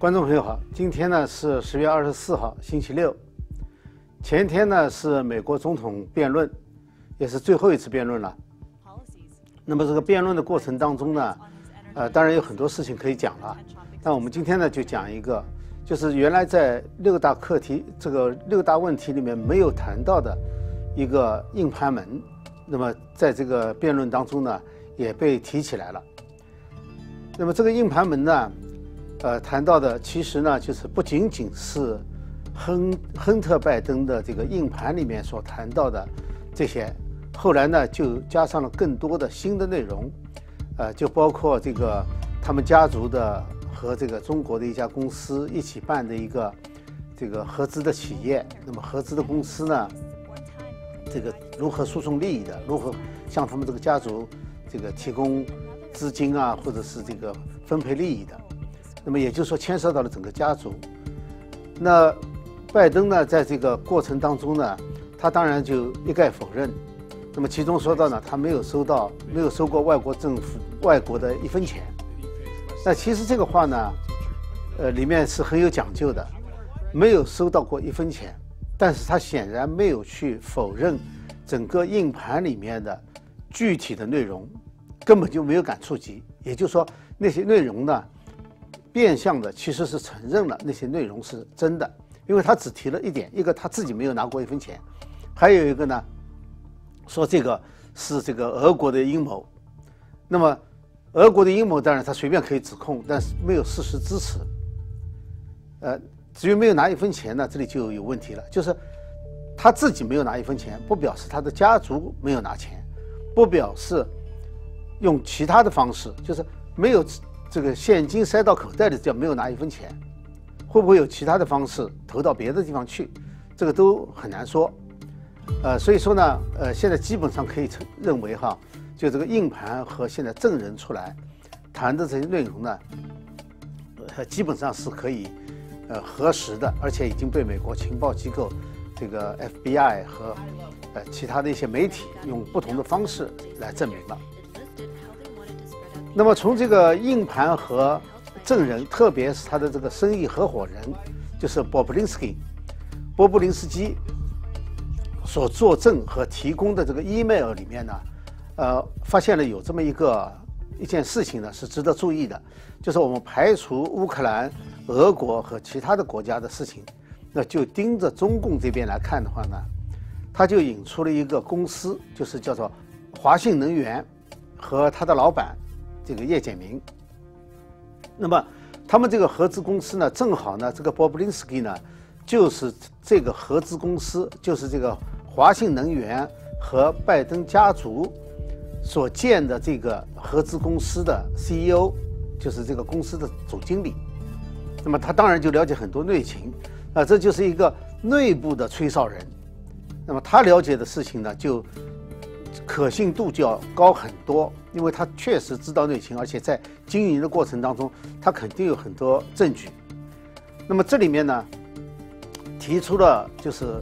观众朋友好，今天呢是10月24号，星期六。前天呢是美国总统辩论，也是最后一次辩论了。那么这个辩论的过程当中呢，当然有很多事情可以讲了。但我们今天呢就讲一个，就是原来在6大课题这个6大问题里面没有谈到的一个硬盘门。那么在这个辩论当中呢也被提起来了。那么这个硬盘门呢，谈到的其实呢就是不仅仅是亨特拜登的这个硬盘里面所谈到的这些，后来呢就加上了更多的新的内容，就包括这个他们家族的和这个中国的一家公司一起办的一个这个合资的企业。那么合资的公司呢，这个如何输送利益的，如何向他们这个家族这个提供资金啊，或者是这个分配利益的。那么也就是说牵涉到了整个家族。那拜登呢在这个过程当中呢，他当然就一概否认。那么其中说到呢，他没有收过外国政府外国的1分钱。那其实这个话呢，里面是很有讲究的，没有收到过1分钱，但是他显然没有去否认整个硬盘里面的具体的内容，根本就没有敢触及。也就是说，那些内容呢，变相的其实是承认了那些内容是真的，因为他只提了一点，一个他自己没有拿过1分钱，还有一个呢，说这个是这个俄国的阴谋。那么俄国的阴谋当然他随便可以指控，但是没有事实支持。至于没有拿1分钱呢，这里就有问题了，就是他自己没有拿1分钱，不表示他的家族没有拿钱，不表示用其他的方式，就是没有这个现金塞到口袋里叫没有拿1分钱，会不会有其他的方式投到别的地方去，这个都很难说。所以说呢，现在基本上可以认为哈，就这个硬盘和现在证人出来谈的这些内容呢，基本上是可以核实的，而且已经被美国情报机构这个 FBI 和其他的一些媒体用不同的方式来证明了。那么从这个硬盘和证人，特别是他的这个生意合伙人，就是波布林斯基所作证和提供的这个 email 里面呢，发现了有这么一件事情呢是值得注意的，就是我们排除乌克兰、俄国和其他的国家的事情，那就盯着中共这边来看的话呢，他就引出了一个公司，就是叫做华信能源和他的老板这个叶简明。那么他们这个合资公司呢，正好呢，这个波布林斯基呢，就是这个合资公司，就是这个华信能源和拜登家族所建的这个合资公司的 CEO， 就是这个公司的总经理。那么他当然就了解很多内情，这就是一个内部的吹哨人。那么他了解的事情呢，就可信度就要高很多，因为他确实知道内情，而且在经营的过程当中，他肯定有很多证据。那么这里面呢，提出了就是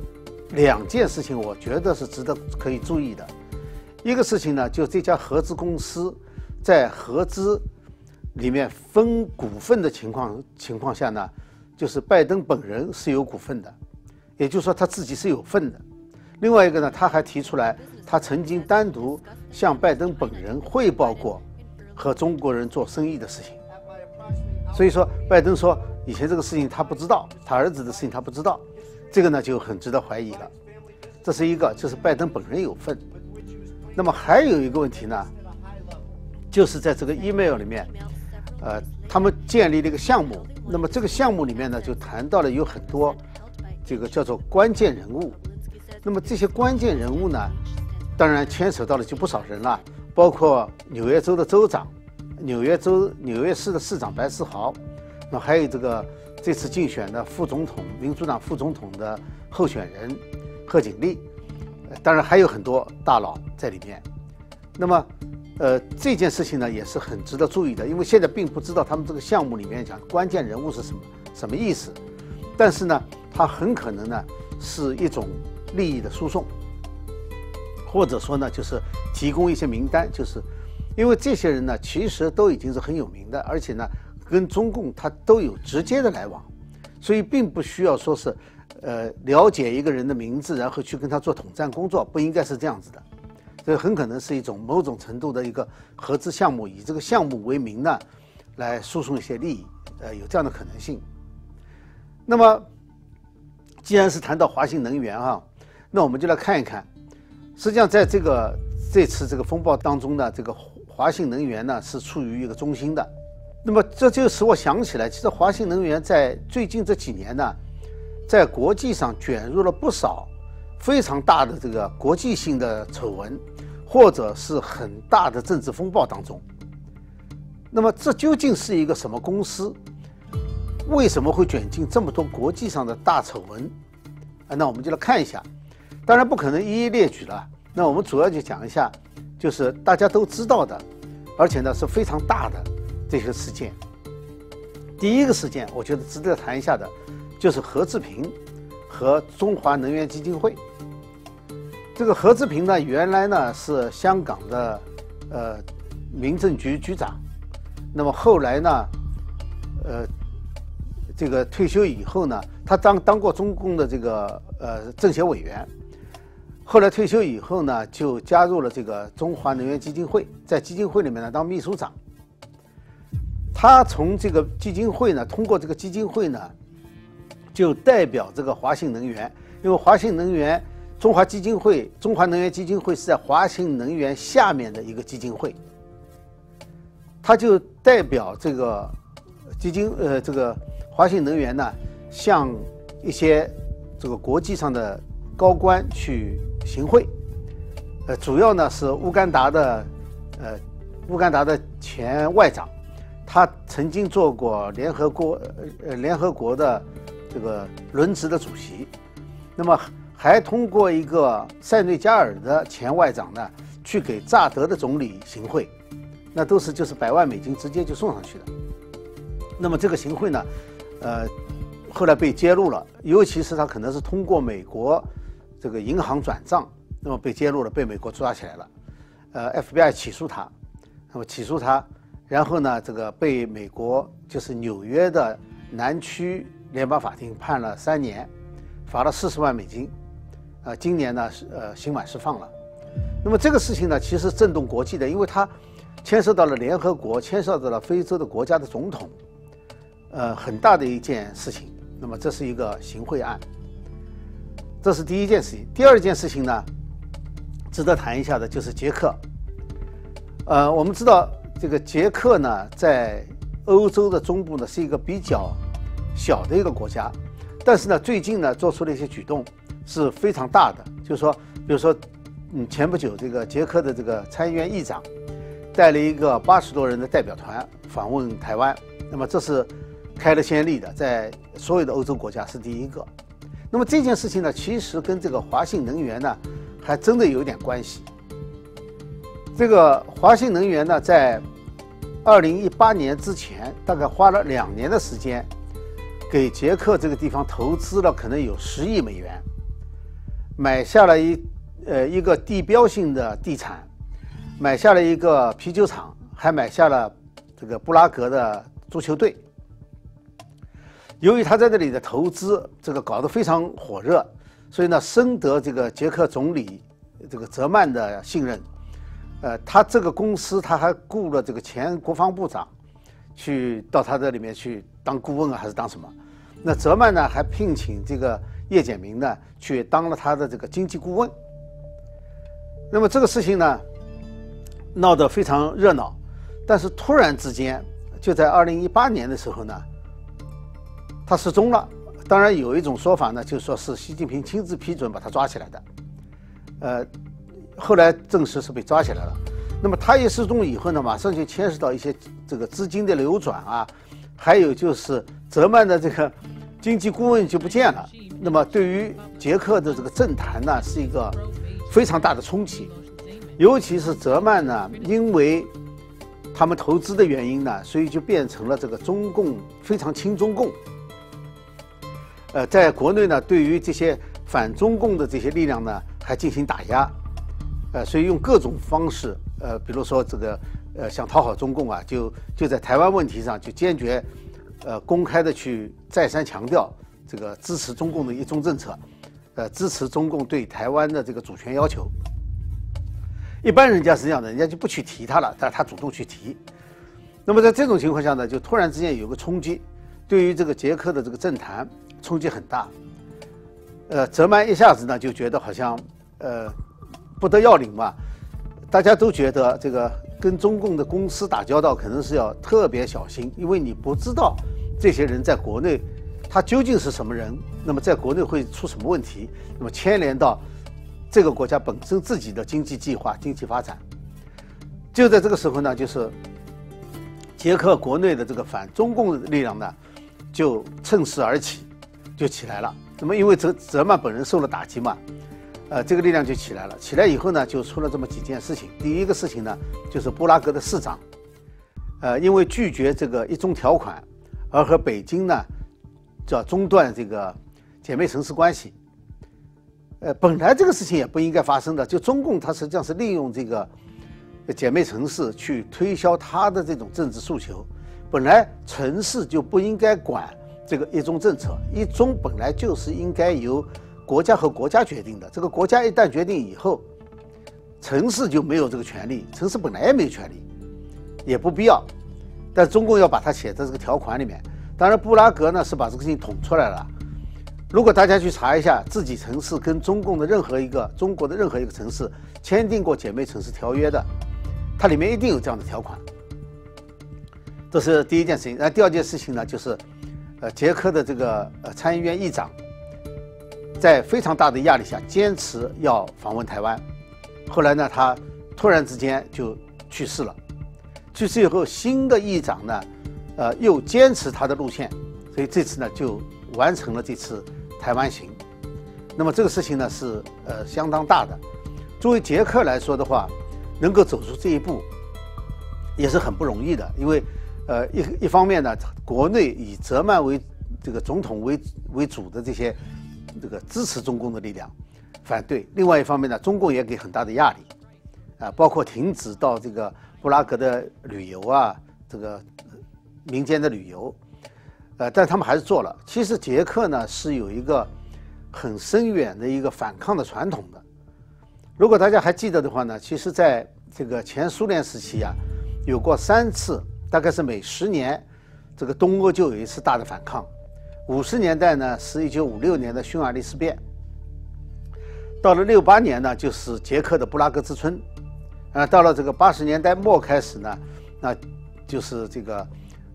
2件事情，我觉得是值得可以注意的。一个事情呢，就这家合资公司在合资里面分股份的情况下呢，就是拜登本人是有股份的，也就是说他自己是有份的。另外一个呢，他还提出来，他曾经单独向拜登本人汇报过和中国人做生意的事情。所以说，拜登说以前这个事情他不知道，他儿子的事情他不知道，这个呢就很值得怀疑了。这是一个，就是拜登本人有份。那么还有一个问题呢，就是在这个 email 里面，他们建立了一个项目。那么这个项目里面呢，就谈到了有很多这个叫做关键人物。那么这些关键人物呢，当然牵扯到了就不少人了，包括纽约州的州长、纽约市的市长白思豪，那还有这次竞选的副总统，民主党副总统的候选人贺锦丽，当然还有很多大佬在里面。那么这件事情呢也是很值得注意的，因为现在并不知道他们这个项目里面讲关键人物是什么意思，但是呢，它很可能呢是一种利益的输送，或者说呢就是提供一些名单，就是因为这些人呢其实都已经是很有名的，而且呢跟中共它都有直接的来往，所以并不需要说是了解一个人的名字，然后去跟他做统战工作，不应该是这样子的。这很可能是一种某种程度的一个合资项目，以这个项目为名呢，来输送一些利益，有这样的可能性。那么，既然是谈到华信能源那我们就来看一看，实际上在这次这个风暴当中呢，这个华信能源呢是处于一个中心的。那么这就使我想起来，其实华信能源在最近这几年呢，在国际上卷入了不少非常大的这个国际性的丑闻，或者是很大的政治风暴当中。那么这究竟是一个什么公司？为什么会卷进这么多国际上的大丑闻？那我们就来看一下。当然不可能一一列举了，那我们主要就讲一下，就是大家都知道的，而且呢是非常大的这些事件。第一个事件，我觉得值得谈一下的，就是何志平和中华能源基金会。这个何志平呢，原来呢是香港的民政局局长，那么后来呢，这个退休以后呢，他当过中共的这个政协委员，后来退休以后呢，就加入了这个中华能源基金会，在基金会里面呢当秘书长。他从这个基金会呢，通过这个基金会呢，就代表这个华信能源，因为华信能源。中华能源基金会是在华信能源下面的一个基金会，他就代表这个这个华信能源呢，向一些这个国际上的高官去行贿，主要呢是乌干达的前外长，他曾经做过联合国的这个轮值的主席，那么。还通过一个塞内加尔的前外长呢，去给乍得的总理行贿，那都是就是100万美金直接就送上去的。那么这个行贿呢，后来被揭露了，尤其是他可能是通过美国这个银行转账，那么被揭露了，被美国抓起来了。FBI 起诉他，那么起诉他，然后呢，这个被美国就是纽约的南区联邦法庭判了3年，罚了40万美金。今年呢刑满释放了。那么这个事情呢，其实震动国际的，因为它牵涉到了联合国，牵涉到了非洲的国家的总统，很大的一件事情。那么这是一个行贿案，这是第一件事情。第二件事情呢，值得谈一下的就是捷克。我们知道这个捷克呢，在欧洲的中部呢是一个比较小的一个国家，但是呢，最近呢做出了一些举动。是非常大的，就是说，比如说，前不久这个捷克的这个参议院议长带了一个80多人的代表团访问台湾，那么这是开了先例的，在所有的欧洲国家是第一个。那么这件事情呢，其实跟这个华信能源呢，还真的有点关系。这个华信能源呢，在2018年之前，大概花了2年的时间，给捷克这个地方投资了可能有10亿美元。买下了一个地标性的地产，买下了一个啤酒厂，还买下了这个布拉格的足球队。由于他在这里的投资，这个搞得非常火热，所以呢，深得这个捷克总理这个泽曼的信任。他这个公司他还雇了这个前国防部长去到他这里面去当顾问还是当什么？那泽曼呢还聘请这个叶简明呢去当了他的这个经济顾问。那么这个事情呢闹得非常热闹，但是突然之间就在2018年的时候呢，他失踪了。当然有一种说法呢，就是说是习近平亲自批准把他抓起来的。后来证实是被抓起来了。那么他一失踪以后呢，马上就牵涉到一些这个资金的流转啊，还有就是泽曼的这个经济顾问就不见了。那么对于捷克的这个政坛呢，是一个非常大的冲击。尤其是泽曼呢，因为他们投资的原因呢，所以就变成了这个中共非常亲中共。在国内呢，对于这些反中共的这些力量呢，还进行打压。所以用各种方式比如说这个想讨好中共啊，就在台湾问题上就坚决公开的去再三强调这个支持中共的一中政策，支持中共对台湾的这个主权要求。一般人家是这样的，人家就不去提他了，但是他主动去提。那么在这种情况下呢，就突然之间有个冲击，对于这个捷克的这个政坛冲击很大。泽曼一下子呢就觉得好像不得要领嘛，大家都觉得这个跟中共的公司打交道可能是要特别小心，因为你不知道这些人在国内他究竟是什么人，那么在国内会出什么问题，那么牵连到这个国家本身自己的经济计划、经济发展。就在这个时候呢，就是捷克国内的这个反中共的力量呢，就趁势而起，就起来了。那么因为泽曼本人受了打击嘛，这个力量就起来了。起来以后呢，就出了这么几件事情。第一个事情呢，就是布拉格的市长，因为拒绝这个一中条款，而和北京呢，叫中断这个姐妹城市关系。本来这个事情也不应该发生的，就中共它实际上是利用这个姐妹城市去推销它的这种政治诉求。本来城市就不应该管这个一中政策，一中本来就是应该由国家和国家决定的。这个国家一旦决定以后，城市就没有这个权利，城市本来也没有权利，也不必要。但中共要把它写在这个条款里面。当然，布拉格呢是把这个事情捅出来了。如果大家去查一下自己城市跟中国的任何一个城市签订过姐妹城市条约的，它里面一定有这样的条款。这是第一件事情。那第二件事情呢，就是捷克的这个参议院议长在非常大的压力下坚持要访问台湾。后来呢，他突然之间就去世了。去世以后，新的议长呢，又坚持他的路线，所以这次呢就完成了这次台湾行。那么这个事情呢是相当大的。作为捷克来说的话，能够走出这一步也是很不容易的，因为一方面呢，国内以泽曼为这个总统为主的这些这个支持中共的力量反对；另外一方面呢，中共也给很大的压力，包括停止到这个布拉格的旅游啊，这个民间的旅游，但他们还是做了。其实捷克呢是有一个很深远的一个反抗的传统的。如果大家还记得的话呢，其实在这个前苏联时期啊，有过3次，大概是每10年，这个东欧就有一次大的反抗。50年代呢是1956年的匈牙利事变，到了68年呢就是捷克的布拉格之春，到了这个80年代末开始呢，那就是这个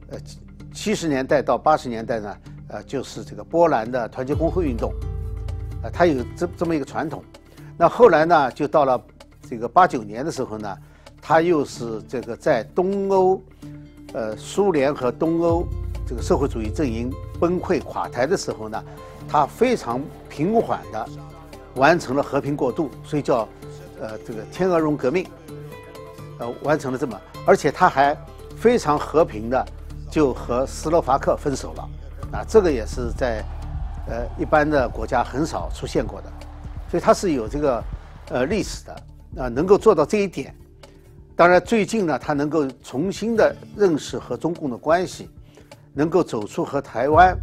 70年代到80年代呢，就是这个波兰的团结工会运动，它有这么一个传统。那后来呢，就到了这个89年的时候呢，它又是这个在东欧，苏联和东欧这个社会主义阵营崩溃垮台的时候呢，它非常平缓的完成了和平过渡，所以叫这个天鹅绒革命，完成了这么，而且它还非常和平的就和斯洛伐克分手了，这个也是在一般的国家很少出现过的，所以它是有这个历史的，能够做到这一点。当然最近呢，它能够重新的认识和中共的关系，能够走出和台湾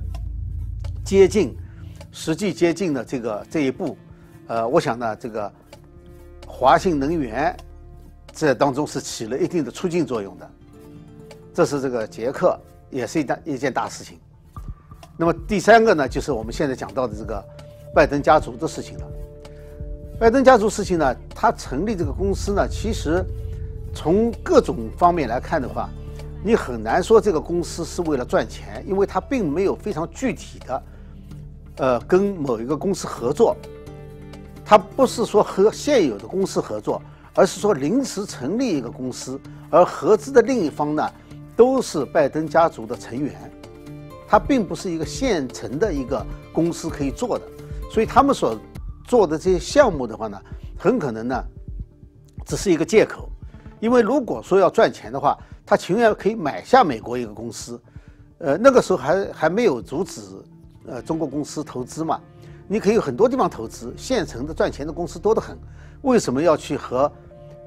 实际接近的这一步，我想呢，这个华信能源这当中是起了一定的促进作用的。这是这个捷克也是一件大事情。那么第3个呢，就是我们现在讲到的这个拜登家族的事情了。拜登家族事情呢，他成立这个公司呢，其实从各种方面来看的话，你很难说这个公司是为了赚钱，因为它并没有非常具体的跟某一个公司合作，它不是说和现有的公司合作，而是说临时成立一个公司，而合资的另一方呢都是拜登家族的成员，它并不是一个现成的一个公司可以做的，所以他们所做的这些项目的话呢，很可能呢只是一个借口。因为如果说要赚钱的话，他情愿可以买下美国一个公司，那个时候还没有阻止中国公司投资嘛，你可以有很多地方投资，现成的赚钱的公司多得很，为什么要去和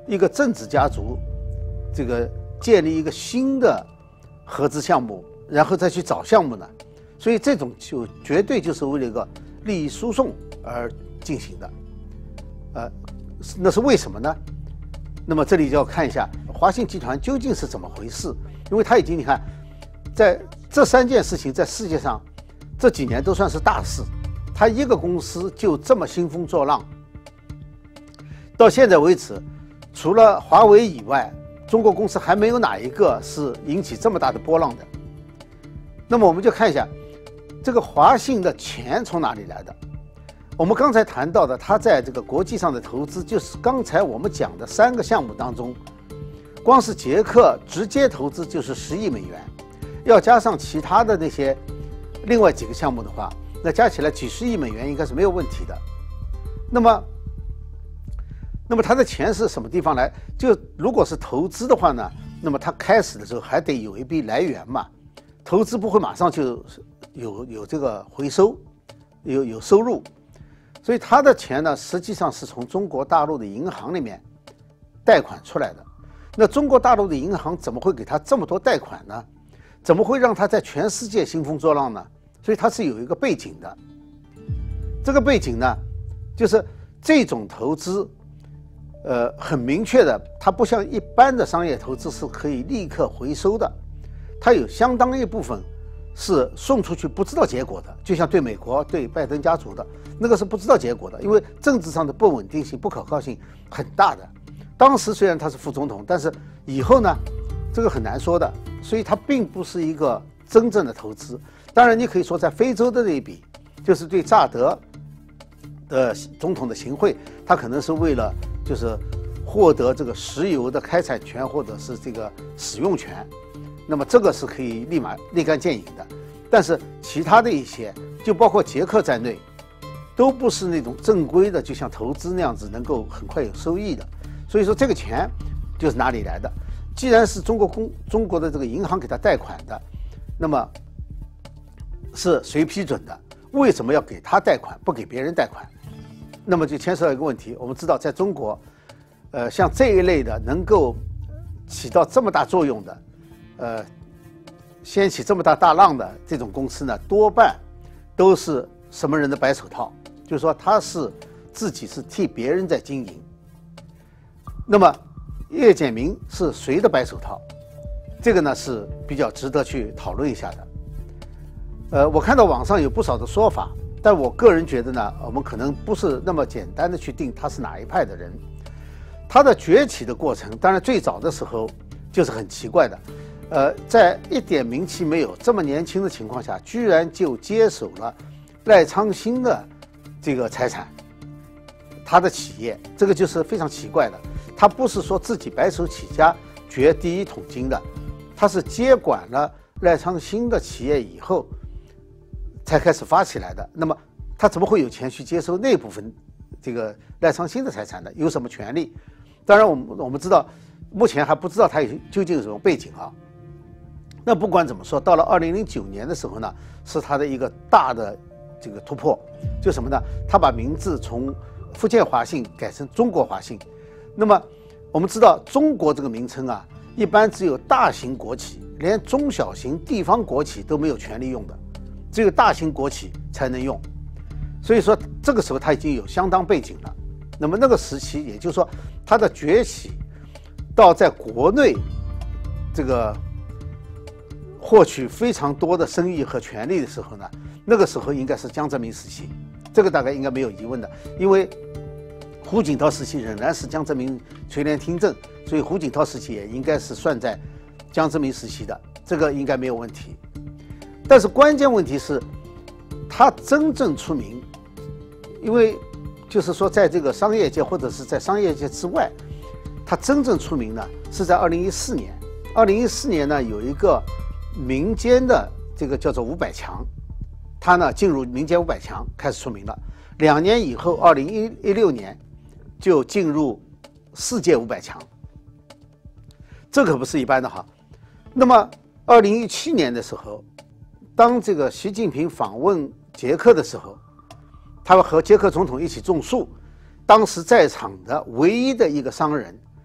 一个政治家族，这个建立一个新的合资项目，然后再去找项目呢？所以这种就绝对就是为了一个利益输送而进行的，那是为什么呢？那么这里就要看一下华信集团究竟是怎么回事，因为它已经你看，在这3件事情在世界上这几年都算是大事，它一个公司就这么兴风作浪。到现在为止，除了华为以外，中国公司还没有哪一个是引起这么大的波浪的。那么我们就看一下这个华信的钱从哪里来的。我们刚才谈到的，它在这个国际上的投资，就是刚才我们讲的3个项目当中，光是捷克直接投资就是10亿美元，要加上其他的那些另外几个项目的话，那加起来几十亿美元应该是没有问题的。那么它的钱是什么地方来？就如果是投资的话呢，那么它开始的时候还得有一笔来源嘛，投资不会马上就有这个回收，有收入。所以他的钱呢，实际上是从中国大陆的银行里面贷款出来的。那中国大陆的银行怎么会给他这么多贷款呢？怎么会让他在全世界兴风作浪呢？所以他是有一个背景的。这个背景呢，就是这种投资，很明确的，它不像一般的商业投资是可以立刻回收的，它有相当一部分是送出去不知道结果的，就像对美国、对拜登家族的那个是不知道结果的，因为政治上的不稳定性、不可靠性很大的。当时虽然他是副总统，但是以后呢，这个很难说的，所以它并不是一个真正的投资。当然，你可以说在非洲的那一笔，就是对乍得的总统的行贿，他可能是为了就是获得这个石油的开采权或者是这个使用权。那么这个是可以立竿见影的，但是其他的一些，就包括捷克在内，都不是那种正规的，就像投资那样子能够很快有收益的。所以说这个钱就是哪里来的？既然是中国的这个银行给他贷款的，那么是谁批准的？为什么要给他贷款，不给别人贷款？那么就牵涉到一个问题，我们知道在中国，像这一类的能够起到这么大作用的。掀起这么大浪的这种公司呢，多半都是什么人的白手套？就是说他是自己是替别人在经营。那么叶简明是谁的白手套？这个呢是比较值得去讨论一下的。我看到网上有不少的说法，但我个人觉得呢，我们可能不是那么简单的去定他是哪一派的人。他的崛起的过程，当然最早的时候就是很奇怪的。在一点名气没有、这么年轻的情况下，居然就接手了赖昌星的这个财产，他的企业，这个就是非常奇怪的。他不是说自己白手起家掘第一桶金的，他是接管了赖昌星的企业以后才开始发起来的。那么他怎么会有钱去接收那部分这个赖昌星的财产呢？有什么权利？当然我们知道，目前还不知道他究竟有什么背景啊。那不管怎么说，到了2009年的时候呢，是他的一个大的这个突破，就什么呢？他把名字从福建华信改成中国华信。那么我们知道，中国这个名称啊，一般只有大型国企，连中小型地方国企都没有权利用的，只有大型国企才能用。所以说，这个时候他已经有相当背景了。那么那个时期，也就是说，他的崛起到在国内这个获取非常多的生意和权利的时候呢，那个时候应该是江泽民时期，这个大概应该没有疑问的，因为胡锦涛时期仍然是江泽民垂帘听政，所以胡锦涛时期也应该是算在江泽民时期的，这个应该没有问题。但是关键问题是，他真正出名，因为就是说在这个商业界或者是在商业界之外，他真正出名呢是在2014年。2014年呢有一个民间的这个叫做500强，他呢进入民间500强开始出名了。2年以后，2016年就进入世界500强，这可不是一般的哈。那么2017年的时候，当这个习近平访问捷克的时候，他和捷克总统一起种树，当时在场的唯一的一个商人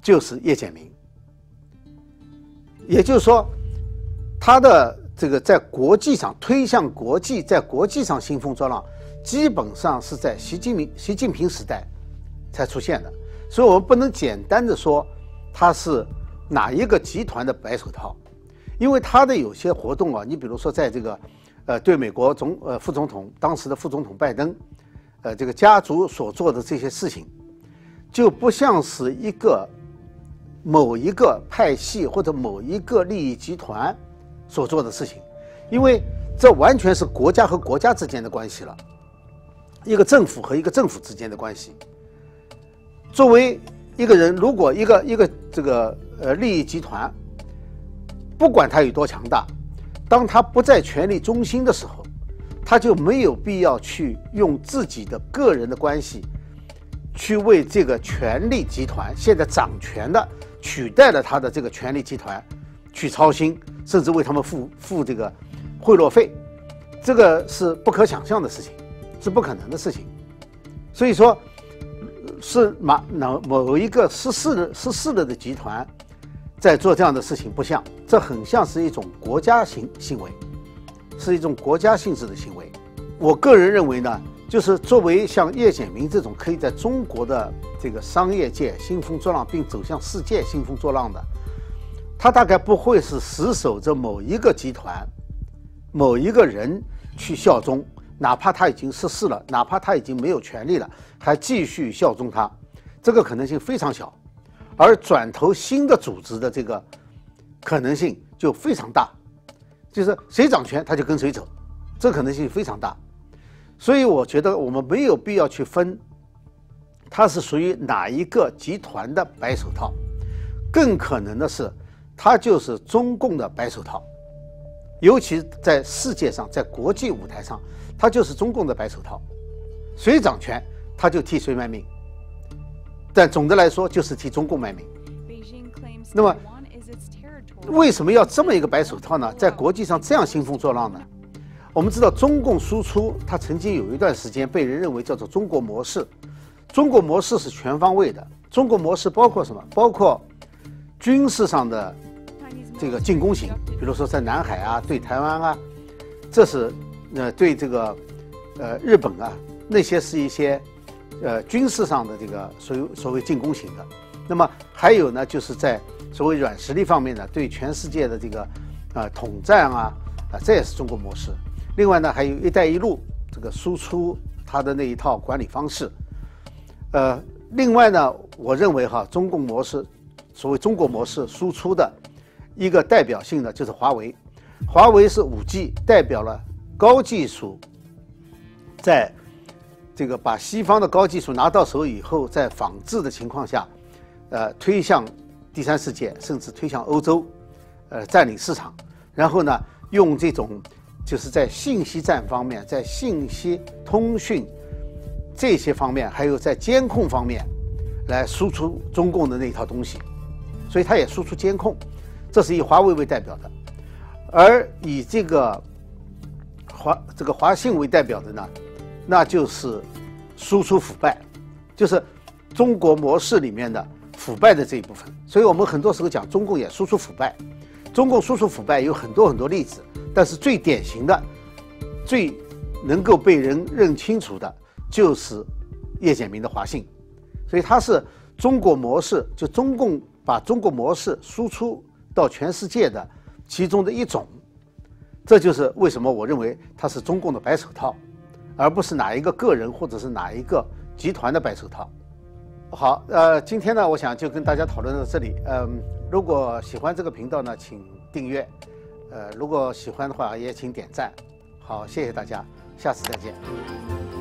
就是叶简明。也就是说，他的这个在国际上推向国际，在国际上兴风作浪，基本上是在习近平时代才出现的。所以我们不能简单的说他是哪一个集团的白手套，因为他的有些活动啊，你比如说在这个对美国副总统当时的副总统拜登这个家族所做的这些事情，就不像是某一个派系或者某一个利益集团所做的事情，因为这完全是国家和国家之间的关系了，一个政府和一个政府之间的关系。作为一个人，如果一个这个利益集团，不管他有多强大，当他不在权力中心的时候，他就没有必要去用自己的个人的关系去为这个权力集团现在掌权的取代了他的这个权力集团去操心，甚至为他们付这个贿赂费，这个是不可想象的事情，是不可能的事情。所以说，是某一个失势了的集团在做这样的事情，不像，这很像是一种国家行为，是一种国家性质的行为。我个人认为呢，就是作为像叶简明这种可以在中国的这个商业界兴风作浪，并走向世界兴风作浪的，他大概不会是死守着某一个集团、某一个人去效忠，哪怕他已经失势了，哪怕他已经没有权利了，还继续效忠他，这个可能性非常小。而转投新的组织的这个可能性就非常大，就是谁掌权他就跟谁走，这可能性非常大。所以我觉得我们没有必要去分他是属于哪一个集团的白手套，更可能的是他就是中共的白手套，尤其在世界上，在国际舞台上，他就是中共的白手套，谁掌权他就替谁卖命，但总的来说就是替中共卖命。那么为什么要这么一个白手套呢？在国际上这样兴风作浪呢？我们知道中共输出，它曾经有一段时间被人认为叫做中国模式。中国模式是全方位的，中国模式包括什么？包括军事上的这个进攻型，比如说在南海啊，对台湾啊，这是对这个日本啊，那些是一些军事上的这个所谓进攻型的。那么还有呢，就是在所谓软实力方面呢，对全世界的这个统战这也是中国模式。另外呢，还有“一带一路”这个输出它的那一套管理方式。另外呢，我认为中共模式，所谓中国模式输出的一个代表性的就是华为。华为是5G，代表了高技术，在这个把西方的高技术拿到手以后，在仿制的情况下，推向第三世界，甚至推向欧洲，占领市场。然后呢，用这种就是在信息战方面，在信息通讯这些方面，还有在监控方面，来输出中共的那一套东西。所以它也输出监控，这是以华为为代表的。而以这个华信为代表的呢，那就是输出腐败，就是中国模式里面的腐败的这一部分。所以我们很多时候讲中共也输出腐败，中共输出腐败有很多例子，但是最典型的、最能够被人认清楚的就是叶简明的华信。所以它是中国模式，就中共把中国模式输出到全世界的其中的一种。这就是为什么我认为它是中共的白手套，而不是哪一个个人或者是哪一个集团的白手套。好，今天呢，我想就跟大家讨论到这里。如果喜欢这个频道呢，请订阅。如果喜欢的话，也请点赞。好，谢谢大家，下次再见。